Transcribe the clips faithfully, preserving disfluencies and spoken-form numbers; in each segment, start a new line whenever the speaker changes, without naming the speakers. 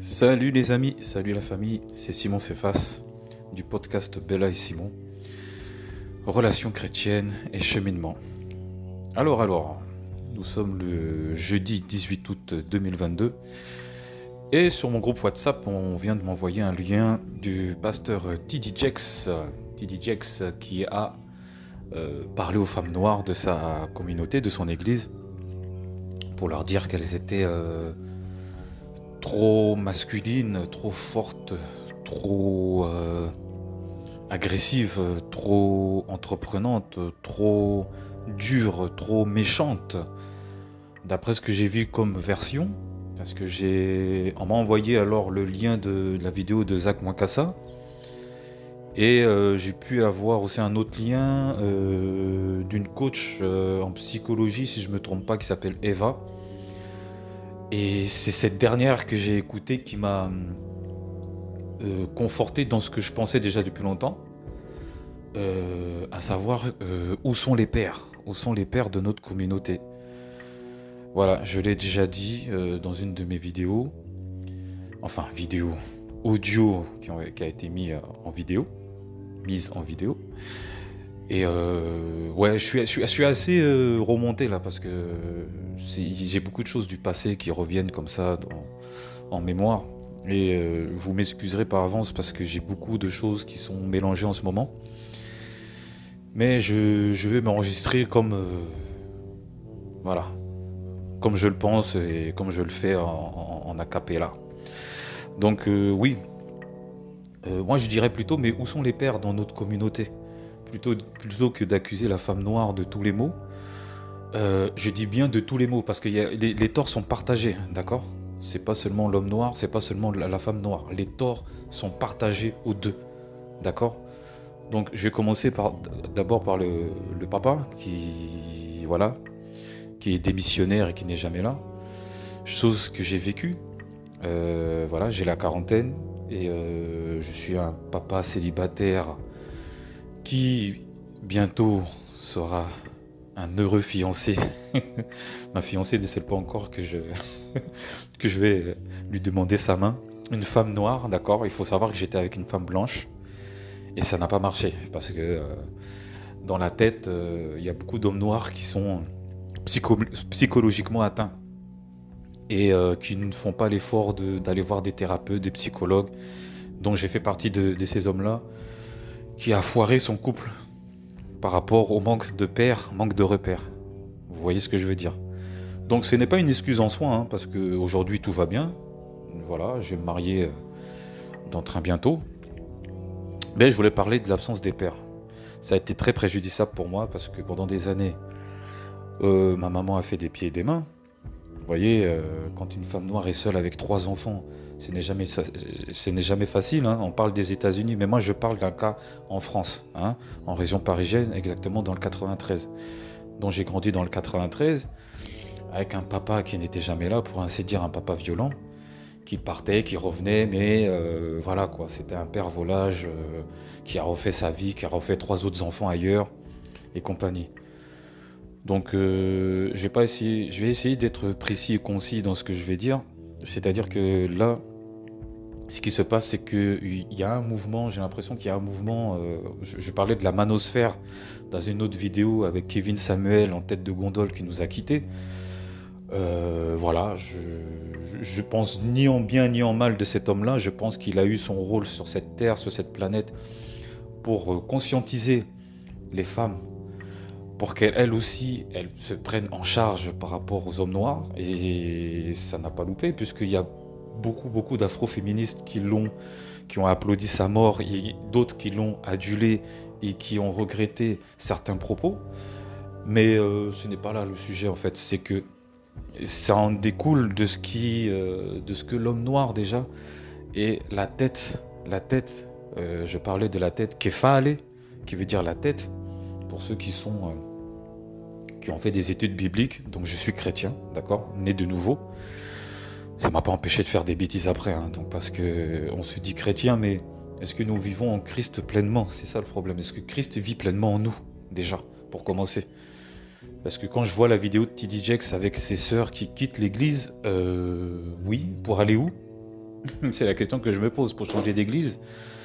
Salut les amis, salut la famille, c'est Simon Cephas du podcast Bella et Simon, relations chrétiennes et cheminement. Alors alors, nous sommes le jeudi dix-huit août deux mille vingt-deux et sur mon groupe WhatsApp, on vient de m'envoyer un lien du pasteur T D Jakes, T D Jakes qui a euh, parlé aux femmes noires de sa communauté, de son église, pour leur dire qu'elles étaient... Euh, trop masculine, trop forte, trop euh, agressive, trop entreprenante, trop dure, trop méchante. D'après ce que j'ai vu comme version, parce que j'ai, on m'a envoyé alors le lien de la vidéo de Zach Mwakassa, et euh, j'ai pu avoir aussi un autre lien euh, d'une coach euh, en psychologie, si je me trompe pas, qui s'appelle Eva. Et c'est cette dernière que j'ai écoutée qui m'a euh, conforté dans ce que je pensais déjà depuis longtemps, euh, à savoir euh, où sont les pères, où sont les pères de notre communauté. Voilà, je l'ai déjà dit euh, dans une de mes vidéos, enfin vidéo, audio qui, ont, qui a été mis en vidéo, mise en vidéo. Et euh, ouais, je suis, je suis, je suis assez euh, remonté là parce que j'ai beaucoup de choses du passé qui reviennent comme ça dans, en mémoire. Et euh, vous m'excuserez par avance parce que j'ai beaucoup de choses qui sont mélangées en ce moment. Mais je, je vais m'enregistrer comme euh, voilà, comme je le pense et comme je le fais en, en, en a cappella. Donc euh, oui, euh, moi je dirais plutôt, mais où sont les pères dans notre communauté ? Plutôt, plutôt que d'accuser la femme noire de tous les maux, euh, je dis bien de tous les maux, parce que y a, les, les torts sont partagés, d'accord ? C'est pas seulement l'homme noir, c'est pas seulement la, la femme noire. Les torts sont partagés aux deux, d'accord ? Donc je vais commencer par d'abord par le, le papa, qui, voilà, qui est démissionnaire et qui n'est jamais là. Chose que j'ai vécue. Euh, voilà, j'ai la quarantaine, et euh, je suis un papa célibataire qui bientôt sera un heureux fiancé. Ma fiancée ne sait pas encore que je, que je vais lui demander sa main. Une femme noire, d'accord, il faut savoir que j'étais avec une femme blanche et ça n'a pas marché parce que euh, dans la tête, il euh, y a beaucoup d'hommes noirs qui sont psycho psychologiquement atteints et euh, qui ne font pas l'effort d'aller voir des thérapeutes, des psychologues. Donc j'ai fait partie de, de ces hommes-là qui a foiré son couple par rapport au manque de père, manque de repères. Vous voyez ce que je veux dire. Donc ce n'est pas une excuse en soi, hein, parce qu'aujourd'hui tout va bien. Voilà, je vais me marier dans très bientôt. Mais je voulais parler de l'absence des pères. Ça a été très préjudiciable pour moi, parce que pendant des années, euh, ma maman a fait des pieds et des mains. Vous voyez, euh, quand une femme noire est seule avec trois enfants, ce n'est jamais, ce n'est jamais facile, hein. On parle des États-Unis, mais moi je parle d'un cas en France, hein, en région parisienne, exactement dans le quatre-vingt-treize. Donc j'ai grandi dans le quatre-vingt-treize, avec un papa qui n'était jamais là, pour ainsi dire un papa violent, qui partait, qui revenait, mais euh, voilà quoi, c'était un père volage euh, qui a refait sa vie, qui a refait trois autres enfants ailleurs, et compagnie. Donc euh, j'ai pas essayé, je vais essayer d'être précis et concis dans ce que je vais dire. C'est-à-dire que là, ce qui se passe, c'est qu'il y a un mouvement, j'ai l'impression qu'il y a un mouvement, euh, je, je parlais de la manosphère dans une autre vidéo avec Kevin Samuel en tête de gondole qui nous a quittés. Euh, voilà, je, je, je pense ni en bien ni en mal de cet homme-là, je pense qu'il a eu son rôle sur cette terre, sur cette planète, pour conscientiser les femmes, pour qu'elles aussi, elles se prennent en charge par rapport aux hommes noirs, et ça n'a pas loupé, puisqu'il y a beaucoup, beaucoup d'afro-féministes qui l'ont, qui ont applaudi sa mort, et d'autres qui l'ont adulé et qui ont regretté certains propos. Mais euh, ce n'est pas là le sujet, en fait, c'est que ça en découle de ce qui, euh, de ce que l'homme noir déjà, et la tête, la tête, euh, je parlais de la tête kefale, qui veut dire la tête, pour ceux qui sont, euh, qui ont fait des études bibliques. Donc je suis chrétien, d'accord, né de nouveau. Ça m'a pas empêché de faire des bêtises après, hein, donc parce que on se dit chrétien, mais est-ce que nous vivons en Christ pleinement? C'est ça le problème. Est-ce que Christ vit pleinement en nous, déjà, pour commencer? Parce que quand je vois la vidéo de T D Jakes avec ses sœurs qui quittent l'église, euh, oui, pour aller où? C'est la question que je me pose pour changer d'église.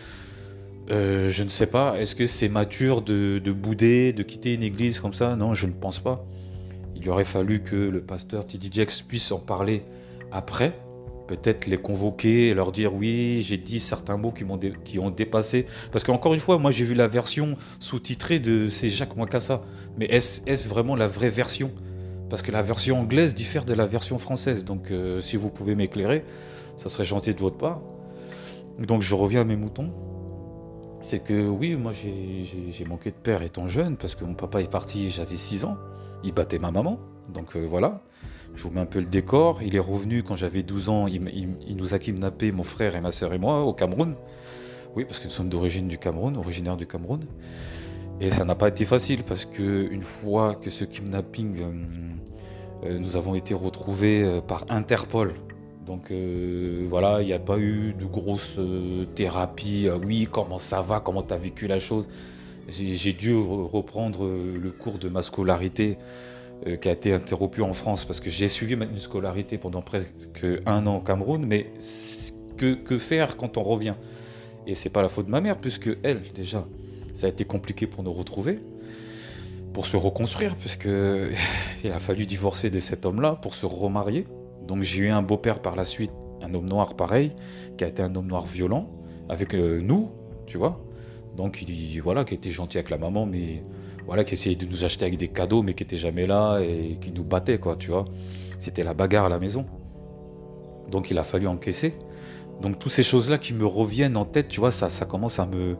Euh, je ne sais pas. Est-ce que c'est mature de, de bouder, de quitter une église comme ça? Non, je ne pense pas. Il aurait fallu que le pasteur T D Jakes puisse en parler après. Peut-être les convoquer et leur dire oui, j'ai dit certains mots qui, m'ont dé- qui ont dépassé. Parce qu'encore une fois, moi j'ai vu la version sous-titrée de c'est Jacques Mwakassa. Mais est-ce, est-ce vraiment la vraie version? Parce que la version anglaise diffère de la version française. Donc euh, si vous pouvez m'éclairer, ça serait gentil de votre part. Donc je reviens à mes moutons. C'est que oui, moi j'ai, j'ai, j'ai manqué de père étant jeune. Parce que mon papa est parti, j'avais six ans. Il battait ma maman. Donc euh, voilà. Je vous mets un peu le décor. Il est revenu quand j'avais douze ans. Il, il- il nous a kidnappés, mon frère et ma sœur et moi, au Cameroun. Oui, parce que nous sommes d'origine du Cameroun, originaire du Cameroun. Et ça n'a pas été facile parce que une fois que ce kidnapping, euh, euh, nous avons été retrouvés euh, par Interpol. Donc euh, voilà, il n'y a pas eu de grosse euh, thérapie. Euh, oui, comment ça va, comment tu as vécu la chose. J'ai, j'ai dû re- reprendre euh, le cours de ma scolarité euh, qui a été interrompu en France parce que j'ai suivi une scolarité pendant presque un an au Cameroun, mais que, que faire quand on revient? Et c'est pas la faute de ma mère, puisque elle, déjà, ça a été compliqué pour nous retrouver, pour se reconstruire, puisque il a fallu divorcer de cet homme-là pour se remarier. Donc j'ai eu un beau-père par la suite, un homme noir pareil, qui a été un homme noir violent, avec euh, nous, tu vois. Donc il, voilà, qui était gentil avec la maman, mais voilà, qui essayait de nous acheter avec des cadeaux, mais qui était jamais là et qui nous battait, quoi, tu vois. C'était la bagarre à la maison. Donc il a fallu encaisser. Donc toutes ces choses-là qui me reviennent en tête, tu vois, ça, ça commence à me,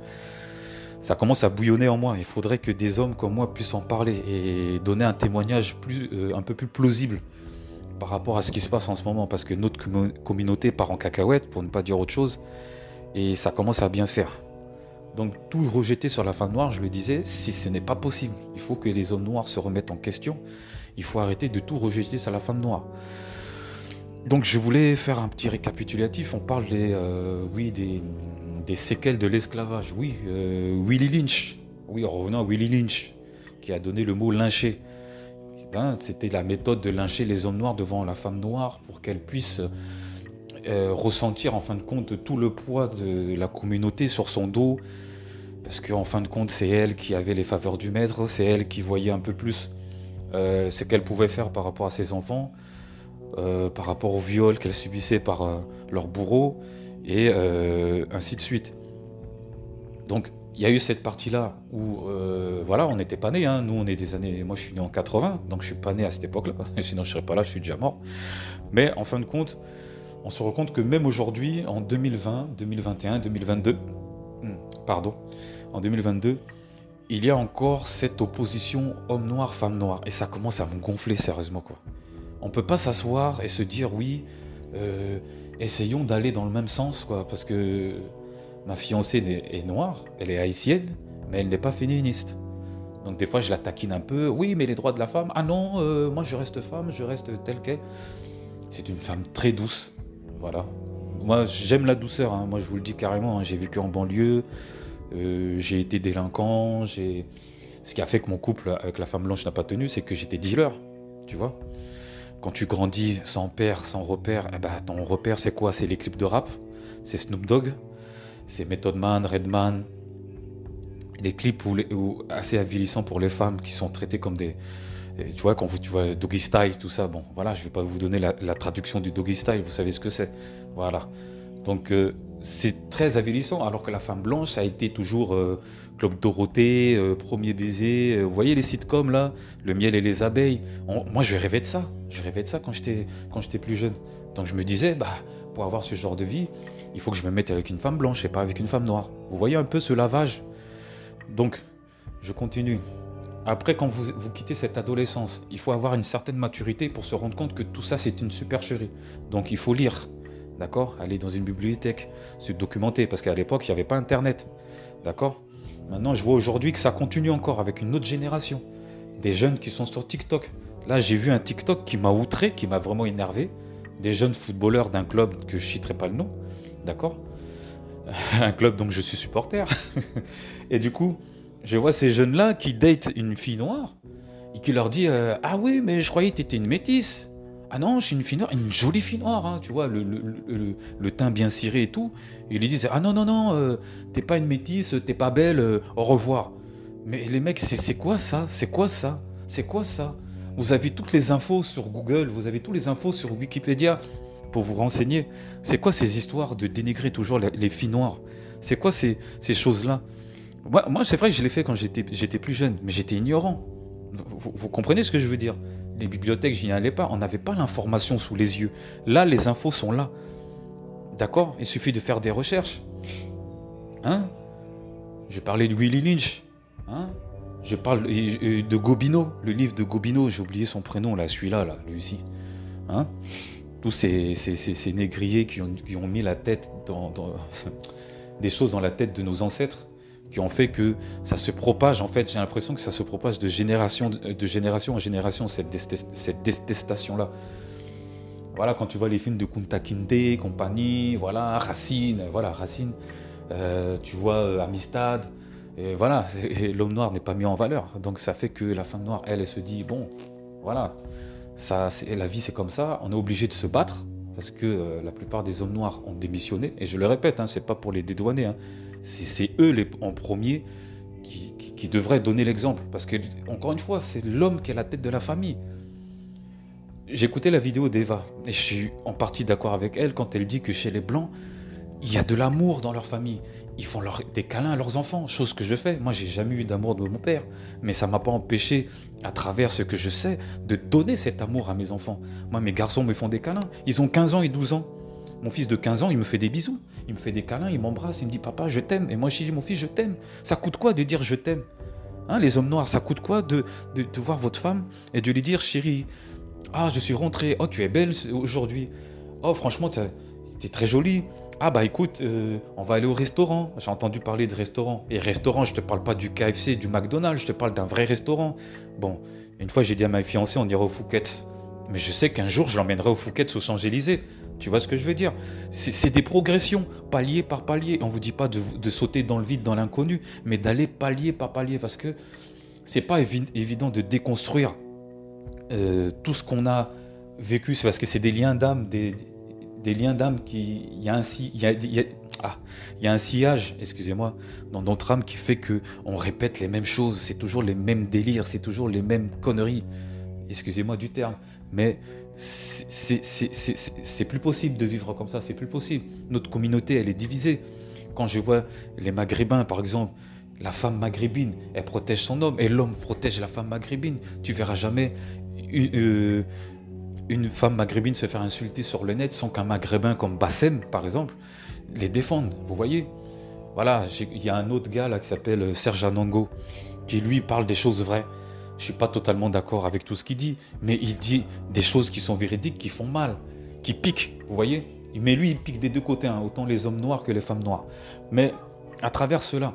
ça commence à bouillonner en moi. Il faudrait que des hommes comme moi puissent en parler et donner un témoignage plus, euh, un peu plus plausible par rapport à ce qui se passe en ce moment, parce que notre commu- communauté part en cacahuète, pour ne pas dire autre chose, et ça commence à bien faire. Donc tout rejeter sur la femme noire, je le disais, si ce n'est pas possible, il faut que les hommes noirs se remettent en question. Il faut arrêter de tout rejeter sur la femme noire. Donc je voulais faire un petit récapitulatif. On parle des, euh, oui, des, des séquelles de l'esclavage. Oui, euh, Willie Lynch. Oui, en revenant à Willie Lynch, qui a donné le mot lyncher. Ben, c'était la méthode de lyncher les hommes noirs devant la femme noire pour qu'elle puisse euh, ressentir en fin de compte tout le poids de la communauté sur son dos. Parce qu'en fin de compte, c'est elle qui avait les faveurs du maître, c'est elle qui voyait un peu plus euh, ce qu'elle pouvait faire par rapport à ses enfants. Euh, par rapport au viol qu'elles subissaient par euh, leur bourreau, et euh, ainsi de suite. Donc il y a eu cette partie-là où, euh, voilà, on n'était pas nés, hein. Nous on est des années, moi je suis né en quatre-vingts, donc je suis pas né à cette époque-là, sinon je serais pas là, je suis déjà mort. Mais en fin de compte, on se rend compte que même aujourd'hui, en deux mille vingt, deux mille vingt et un, deux mille vingt-deux, pardon, en deux mille vingt-deux, il y a encore cette opposition homme noir, femme noire, et ça commence à me gonfler sérieusement, quoi. On peut pas s'asseoir et se dire oui, euh, essayons d'aller dans le même sens, quoi, parce que ma fiancée est, est noire, elle est haïtienne, mais elle n'est pas féministe. Donc des fois je la taquine un peu, oui mais les droits de la femme, ah non, euh, moi je reste femme, je reste telle qu'elle. C'est une femme très douce, voilà. Moi j'aime la douceur, hein. Moi je vous le dis carrément, hein. J'ai vécu en banlieue, euh, j'ai été délinquant, j'ai... ce qui a fait que mon couple avec la femme blanche n'a pas tenu, c'est que j'étais dealer, tu vois. Quand tu grandis sans père, sans repère, eh ben, ton repère c'est quoi? C'est les clips de rap, c'est Snoop Dogg, c'est Method Man, Redman, les clips où les, où, assez avilissants pour les femmes qui sont traitées comme des... Tu vois, quand vous, tu vois Doggy Style, tout ça, bon, voilà, je vais pas vous donner la, la traduction du Doggy Style, vous savez ce que c'est, voilà. Donc euh, c'est très avilissant, alors que la femme blanche, ça a été toujours euh, Club Dorothée, euh, Premier baiser, euh, vous voyez les sitcoms là, Le miel et les abeilles. On- moi je rêvais de ça, je rêvais de ça quand j'étais quand j'étais plus jeune. Donc je me disais, bah pour avoir ce genre de vie, il faut que je me mette avec une femme blanche et pas avec une femme noire. Vous voyez un peu ce lavage. Donc je continue. Après, quand vous, vous quittez cette adolescence, il faut avoir une certaine maturité pour se rendre compte que tout ça c'est une supercherie. Donc il faut lire. D'accord? Aller dans une bibliothèque, se documenter, parce qu'à l'époque, il n'y avait pas Internet. D'accord? Maintenant, je vois aujourd'hui que ça continue encore avec une autre génération. Des jeunes qui sont sur TikTok. Là, j'ai vu un TikTok qui m'a outré, qui m'a vraiment énervé. Des jeunes footballeurs d'un club que je ne citerai pas le nom. D'accord? Un club dont je suis supporter. Et du coup, je vois ces jeunes-là qui datent une fille noire et qui leur dit euh, ah oui, mais je croyais que tu étais une métisse. Ah non, je suis une fille noire, une jolie fille noire, hein, tu vois, le, le, le, le teint bien ciré et tout. Et ils lui disent, ah non, non, non, euh, t'es pas une métisse, t'es pas belle, euh, au revoir. Mais les mecs, c'est c'est quoi ça? C'est quoi ça? C'est quoi ça? Vous avez toutes les infos sur Google, vous avez toutes les infos sur Wikipédia pour vous renseigner. C'est quoi ces histoires de dénigrer toujours les, les filles noires? C'est quoi ces, ces choses-là? Moi, moi c'est vrai que je l'ai fait quand j'étais j'étais plus jeune, mais j'étais ignorant. Vous, vous comprenez ce que je veux dire? Les bibliothèques, j'y allais pas, on n'avait pas l'information sous les yeux. Là, les infos sont là. D'accord? Il suffit de faire des recherches. Hein? Je parlais de Willie Lynch. Hein? Je parle de Gobineau, le livre de Gobineau, j'ai oublié son prénom, là, celui-là, là, lui aussi. Hein? Tous ces, ces, ces, ces négriers qui ont, qui ont mis la tête dans, dans des choses dans la tête de nos ancêtres, qui ont fait que ça se propage, en fait, j'ai l'impression que ça se propage de génération, de génération en génération, cette, cette détestation-là. Voilà, quand tu vois les films de Kunta Kinte, compagnie, voilà, Racine, voilà, Racine, euh, tu vois euh, Amistad, et voilà, et l'homme noir n'est pas mis en valeur. Donc ça fait que la femme noire, elle, elle se dit, bon, voilà, ça, la vie c'est comme ça, on est obligé de se battre, parce que euh, la plupart des hommes noirs ont démissionné, et je le répète, hein, c'est pas pour les dédouaner, hein, c'est eux les, en premier qui, qui, qui devraient donner l'exemple, parce que, encore une fois, c'est l'homme qui est la tête de la famille. J'ai écouté la vidéo d'Eva, et je suis en partie d'accord avec elle quand elle dit que chez les Blancs, il y a de l'amour dans leur famille. Ils font leur, des câlins à leurs enfants, chose que je fais. Moi, j'ai jamais eu d'amour de mon père, mais ça m'a pas empêché, à travers ce que je sais, de donner cet amour à mes enfants. Moi, mes garçons me font des câlins. Ils ont quinze ans et douze ans. Mon fils de quinze ans, il me fait des bisous. Il me fait des câlins, il m'embrasse, il me dit « Papa, je t'aime ». Et moi, je dis « Mon fils, je t'aime ». Ça coûte quoi de dire « Je t'aime » hein, les hommes noirs, ça coûte quoi de, de, de voir votre femme et de lui dire « Chérie, ah, je suis rentré. Oh, tu es belle aujourd'hui. Oh, franchement, t'es très jolie. Ah, bah écoute, euh, on va aller au restaurant. J'ai entendu parler de restaurant. Et restaurant, je te parle pas du K F C, du McDonald's, je te parle d'un vrai restaurant. Bon, une fois, j'ai dit à ma fiancée, on ira au Fouquet's. Mais je sais qu'un jour, je l'emmènerai au Fouquet's aux Champs-Élysées. Tu vois ce que je veux dire? C'est des progressions, palier par palier. On vous dit pas de, de sauter dans le vide, dans l'inconnu, mais d'aller palier par palier. Parce que c'est pas évi évident de déconstruire euh, tout ce qu'on a vécu. C'est parce que c'est des liens d'âme, des, des liens d'âme qui... Il y a un, il y a, il y a, ah, il y a un sillage, excusez-moi, dans notre âme qui fait qu'on répète les mêmes choses. C'est toujours les mêmes délires, c'est toujours les mêmes conneries. Excusez-moi du terme, mais c'est plus possible de vivre comme ça, c'est plus possible. Notre communauté, elle est divisée. Quand je vois les Maghrébins, par exemple, la femme maghrébine, elle protège son homme, et l'homme protège la femme maghrébine. Tu verras jamais une, euh, une femme maghrébine se faire insulter sur le net sans qu'un maghrébin comme Bassem, par exemple, les défende. Vous voyez? Voilà, il y a un autre gars là qui s'appelle Serge Anongo, qui lui parle des choses vraies. Je suis pas totalement d'accord avec tout ce qu'il dit, mais il dit des choses qui sont véridiques, qui font mal, qui piquent, vous voyez? Mais lui, il pique des deux côtés, hein, autant les hommes noirs que les femmes noires. Mais à travers cela,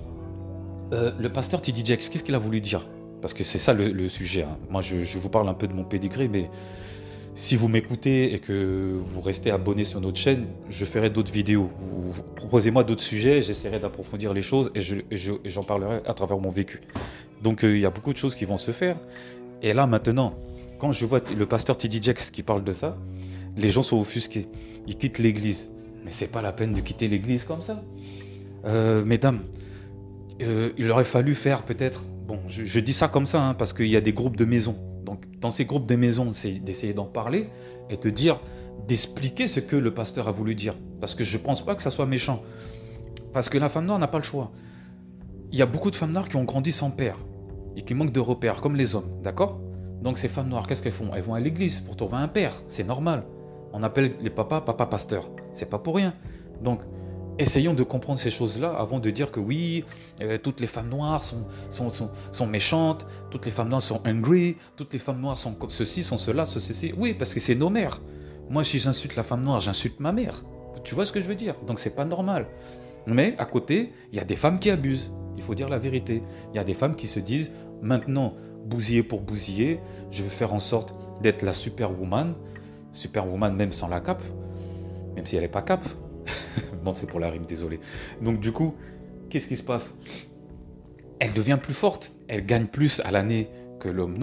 euh, le pasteur T D Jakes, qu'est-ce qu'il a voulu dire? Parce que c'est ça le, le sujet. Hein. Moi, je, je vous parle un peu de mon pédigré, mais si vous m'écoutez et que vous restez abonné sur notre chaîne, je ferai d'autres vidéos. Vous, vous proposez-moi d'autres sujets, j'essaierai d'approfondir les choses et j'en je, je, parlerai à travers mon vécu. Donc il euh, y a beaucoup de choses qui vont se faire. Et là maintenant, quand je vois le pasteur T D Jakes qui parle de ça, les gens sont offusqués. Ils quittent l'église. Mais c'est pas la peine de quitter l'église comme ça. Euh, mesdames, euh, il aurait fallu faire peut-être... Bon, je, je dis ça comme ça, hein, parce qu'il y a des groupes de maisons. Donc dans ces groupes de maisons, c'est d'essayer d'en parler et de dire, d'expliquer ce que le pasteur a voulu dire. Parce que je pense pas que ça soit méchant. Parce que la femme noire n'a pas le choix. Il y a beaucoup de femmes noires qui ont grandi sans père et qui manquent de repères, comme les hommes, d'accord? Donc ces femmes noires, qu'est-ce qu'elles font? Elles vont à l'église pour trouver un père, c'est normal. On appelle les papas papa pasteurs, c'est pas pour rien. Donc essayons de comprendre ces choses-là avant de dire que oui, euh, toutes les femmes noires sont, sont, sont, sont méchantes, toutes les femmes noires sont angry, toutes les femmes noires sont comme ceci, sont cela, ce, ceci. Oui, parce que c'est nos mères. Moi, si j'insulte la femme noire, j'insulte ma mère. Tu vois ce que je veux dire? Donc c'est pas normal. Mais à côté, il y a des femmes qui abusent. Il faut dire la vérité. Il y a des femmes qui se disent, maintenant, bousiller pour bousiller, je vais faire en sorte d'être la superwoman, superwoman même sans la cape, même si elle n'est pas cape. Bon, c'est pour la rime, désolé. Donc du coup, qu'est-ce qui se passe? Elle devient plus forte, elle gagne plus à l'année que l'homme noir,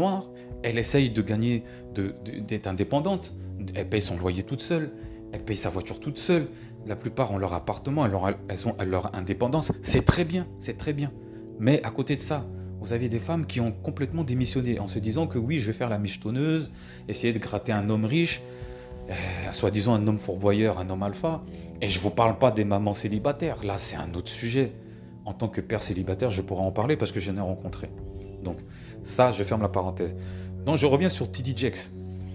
Elle essaye de gagner, de, de, d'être indépendante. Elle paye son loyer toute seule. Elle paye sa voiture toute seule. La plupart ont leur appartement, elles ont, elles ont leur indépendance. C'est très bien, c'est très bien. Mais à côté de ça, vous avez des femmes qui ont complètement démissionné en se disant que oui, je vais faire la michetonneuse, essayer de gratter un homme riche, euh, soi-disant un homme fourboyeur, un homme alpha. Et je ne vous parle pas des mamans célibataires. Là, c'est un autre sujet. En tant que père célibataire, je pourrais en parler parce que j'en ai rencontré. Donc, ça, je ferme la parenthèse. Donc, je reviens sur T D Jakes.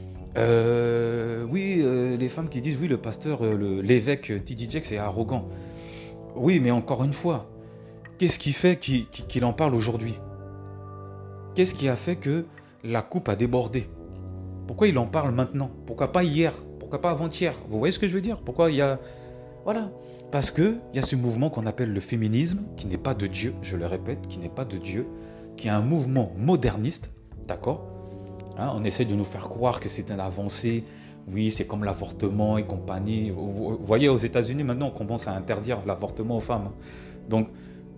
Euh, oui, euh, les femmes qui disent oui, le pasteur, euh, le, l'évêque T D Jakes est arrogant. Oui, mais encore une fois, qu'est-ce qui fait qu'il, qu'il en parle aujourd'hui? Qu'est-ce qui a fait que la coupe a débordé? Pourquoi il en parle maintenant? Pourquoi pas hier? Pourquoi pas avant-hier? Vous voyez ce que je veux dire? Pourquoi il y a... Voilà. Parce qu'il y a ce mouvement qu'on appelle le féminisme, qui n'est pas de Dieu, je le répète, qui n'est pas de Dieu, qui est un mouvement moderniste, d'accord? Hein, on essaie de nous faire croire que c'est une avancée, oui, c'est comme l'avortement et compagnie. Vous voyez, aux États-Unis, maintenant, on commence à interdire l'avortement aux femmes. Donc,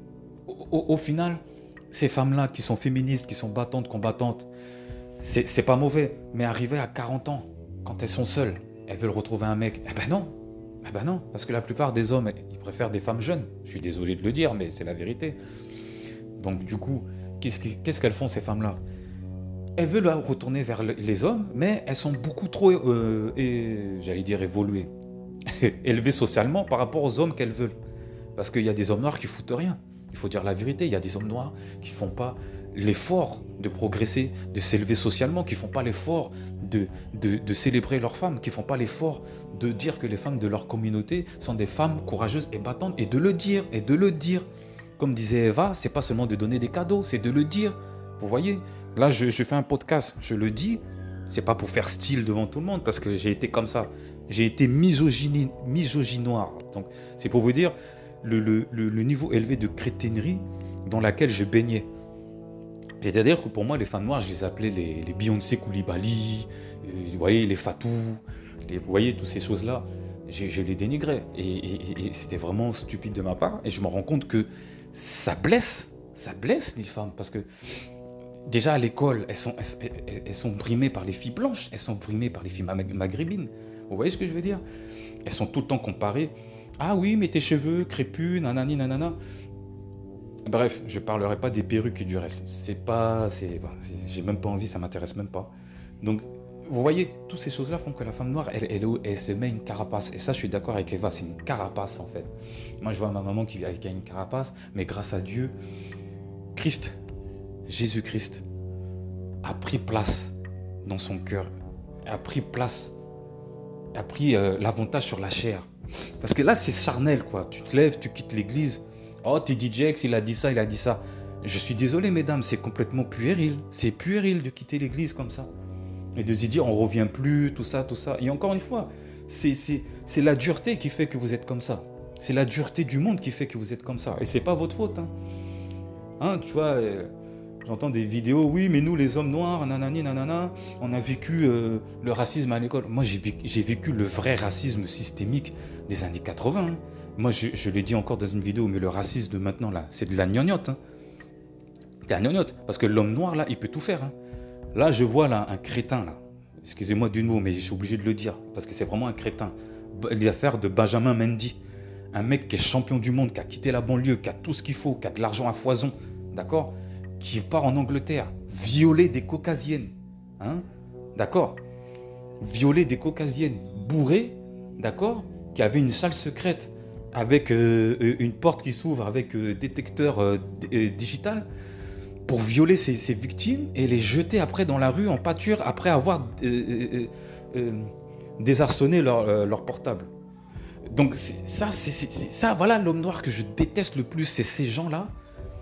au, au final, ces femmes-là qui sont féministes, qui sont battantes, combattantes, c'est, c'est pas mauvais. Mais arriver à quarante ans, quand elles sont seules, elles veulent retrouver un mec, eh ben non, eh ben non, parce que la plupart des hommes, ils préfèrent des femmes jeunes. Je suis désolé de le dire, mais c'est la vérité. Donc, du coup, qu'est-ce, qu'est-ce qu'elles font, ces femmes-là? Elles veulent retourner vers les hommes, mais elles sont beaucoup trop, euh, et, j'allais dire évoluées, élevées socialement par rapport aux hommes qu'elles veulent. Parce qu'il y a des hommes noirs qui foutent rien. Il faut dire la vérité, il y a des hommes noirs qui ne font pas l'effort de progresser, de s'élever socialement, qui ne font pas l'effort de, de, de célébrer leurs femmes, qui ne font pas l'effort de dire que les femmes de leur communauté sont des femmes courageuses et battantes, et de le dire, et de le dire. Comme disait Eva, c'est pas seulement de donner des cadeaux, c'est de le dire. Vous voyez, là je, je fais un podcast, je le dis, c'est pas pour faire style devant tout le monde, parce que j'ai été comme ça. J'ai été misogynie, misogynoire. Donc c'est pour vous dire le, le, le, le niveau élevé de crétinerie dans laquelle je baignais. C'est-à-dire que pour moi, les femmes noires, je les appelais les, les Beyoncé Koulibaly, euh, vous voyez, les Fatou, les, vous voyez, toutes ces choses-là, je, je les dénigrais. Et, et, et c'était vraiment stupide de ma part. Et je me rends compte que ça blesse, ça blesse les femmes. Parce que déjà à l'école, elles sont, elles, elles sont brimées par les filles blanches, elles sont brimées par les filles maghrébines. Vous voyez ce que je veux dire? Elles sont tout le temps comparées. Ah oui, mais tes cheveux crépus, nanani, nanana. Bref, je ne parlerai pas des perruques et du reste. C'est pas, c'est, bah, c'est, j'ai même pas envie, ça m'intéresse même pas. Donc, vous voyez, toutes ces choses-là font que la femme noire, elle, elle, elle, elle se met une carapace. Et ça, je suis d'accord avec Eva, c'est une carapace en fait. Moi, je vois ma maman qui, qui a une carapace, mais grâce à Dieu, Christ, Jésus-Christ, a pris place dans son cœur, a pris place, a pris euh, l'avantage sur la chair. Parce que là, c'est charnel, quoi. Tu te lèves, tu quittes l'église. Oh, T D Jakes, il a dit ça, il a dit ça. Je suis désolé, mesdames, c'est complètement puéril. C'est puéril de quitter l'église comme ça. Et de se dire, on ne revient plus, tout ça, tout ça. Et encore une fois, c'est, c'est, c'est la dureté qui fait que vous êtes comme ça. C'est la dureté du monde qui fait que vous êtes comme ça. Et ce n'est pas votre faute. Hein, hein tu vois, euh, j'entends des vidéos, oui, mais nous, les hommes noirs, nanani, nanana, on a vécu euh, le racisme à l'école. Moi, j'ai, j'ai vécu le vrai racisme systémique des années quatre-vingts. Hein. Moi, je, je l'ai dit encore dans une vidéo, mais le racisme de maintenant, là, c'est de la gnognotte. Hein. C'est de la gnognotte. Parce que l'homme noir, là, il peut tout faire. Hein. Là, je vois là, un crétin, là. Excusez-moi du mot, mais je suis obligé de le dire. Parce que c'est vraiment un crétin. L'affaire de Benjamin Mendy. Un mec qui est champion du monde, qui a quitté la banlieue, qui a tout ce qu'il faut, qui a de l'argent à foison. D'accord ? Qui part en Angleterre, violer des caucasiennes. Hein ? D'accord ? Violer des caucasiennes bourrées. D'accord ? Qui avait une salle secrète avec euh, une porte qui s'ouvre avec euh, détecteur euh, d- euh, digital pour violer ses, ses victimes et les jeter après dans la rue en pâture après avoir euh, euh, euh, désarçonné leur, euh, leur portable. Donc c'est, ça, c'est, c'est, c'est, ça, voilà l'homme noir que je déteste le plus, c'est ces gens-là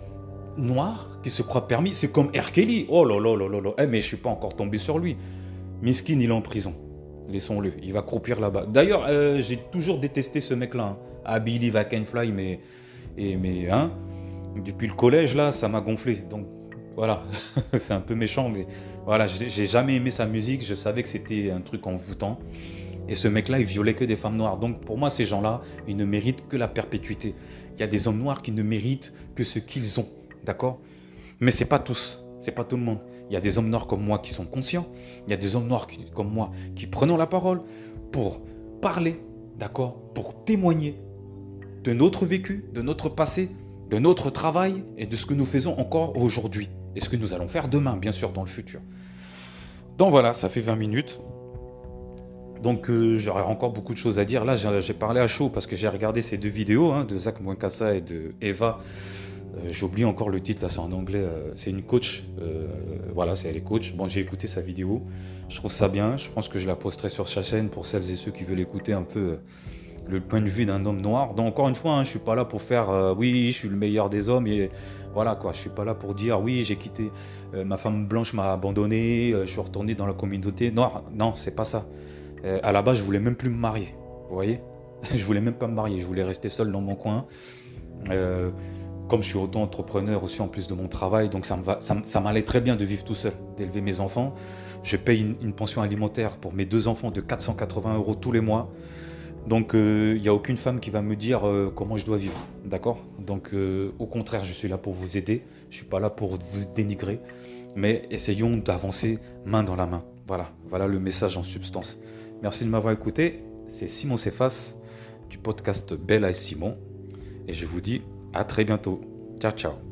noirs qui se croient permis. C'est comme R. Kelly. Oh là là là là là. Eh, mais je suis pas encore tombé sur lui. Miskin, il est en prison. Laissons-le, il va croupir là-bas. D'ailleurs, euh, j'ai toujours détesté ce mec-là. Hein. I believe I can fly, mais, et, mais hein, depuis le collège, là, ça m'a gonflé. Donc, voilà, c'est un peu méchant, mais voilà, j'ai, j'ai jamais aimé sa musique. Je savais que c'était un truc envoûtant. Et ce mec-là, il violait que des femmes noires. Donc, pour moi, ces gens-là, ils ne méritent que la perpétuité. Il y a des hommes noirs qui ne méritent que ce qu'ils ont, d'accord ? Mais c'est pas tous, c'est pas tout le monde. Il y a des hommes noirs comme moi qui sont conscients. Il y a des hommes noirs qui, comme moi qui prenons la parole pour parler, d'accord, pour témoigner de notre vécu, de notre passé, de notre travail et de ce que nous faisons encore aujourd'hui. Et ce que nous allons faire demain, bien sûr, dans le futur. Donc voilà, ça fait vingt minutes. Donc euh, j'aurais encore beaucoup de choses à dire. Là, j'ai, j'ai parlé à chaud parce que j'ai regardé ces deux vidéos hein, de Zach Mwenkassa et de Eva. Euh, j'oublie encore le titre, là c'est en anglais. Euh, c'est une coach. Euh, voilà, c'est elle est coach. Bon, j'ai écouté sa vidéo. Je trouve ça bien. Je pense que je la posterai sur sa chaîne pour celles et ceux qui veulent écouter un peu euh, le point de vue d'un homme noir. Donc encore une fois, hein, je suis pas là pour faire euh, oui, je suis le meilleur des hommes et voilà quoi. Je suis pas là pour dire oui, j'ai quitté, euh, ma femme blanche m'a abandonné, euh, je suis retourné dans la communauté noire. Non, c'est pas ça. Euh, à la base, je voulais même plus me marier. Vous voyez, je voulais même pas me marier. Je voulais rester seul dans mon coin. Euh, comme je suis auto-entrepreneur aussi en plus de mon travail, donc ça me va, ça, ça m'allait très bien de vivre tout seul, d'élever mes enfants. Je paye une, une pension alimentaire pour mes deux enfants de quatre cent quatre-vingts euros tous les mois. Donc il euh, n'y a aucune femme qui va me dire euh, comment je dois vivre, d'accord ? Donc euh, au contraire, je suis là pour vous aider. Je suis pas là pour vous dénigrer, mais essayons d'avancer main dans la main. Voilà, voilà le message en substance. Merci de m'avoir écouté. C'est Simon Cephas du podcast Bella et Simon. Et je vous dis à très bientôt. Ciao, ciao.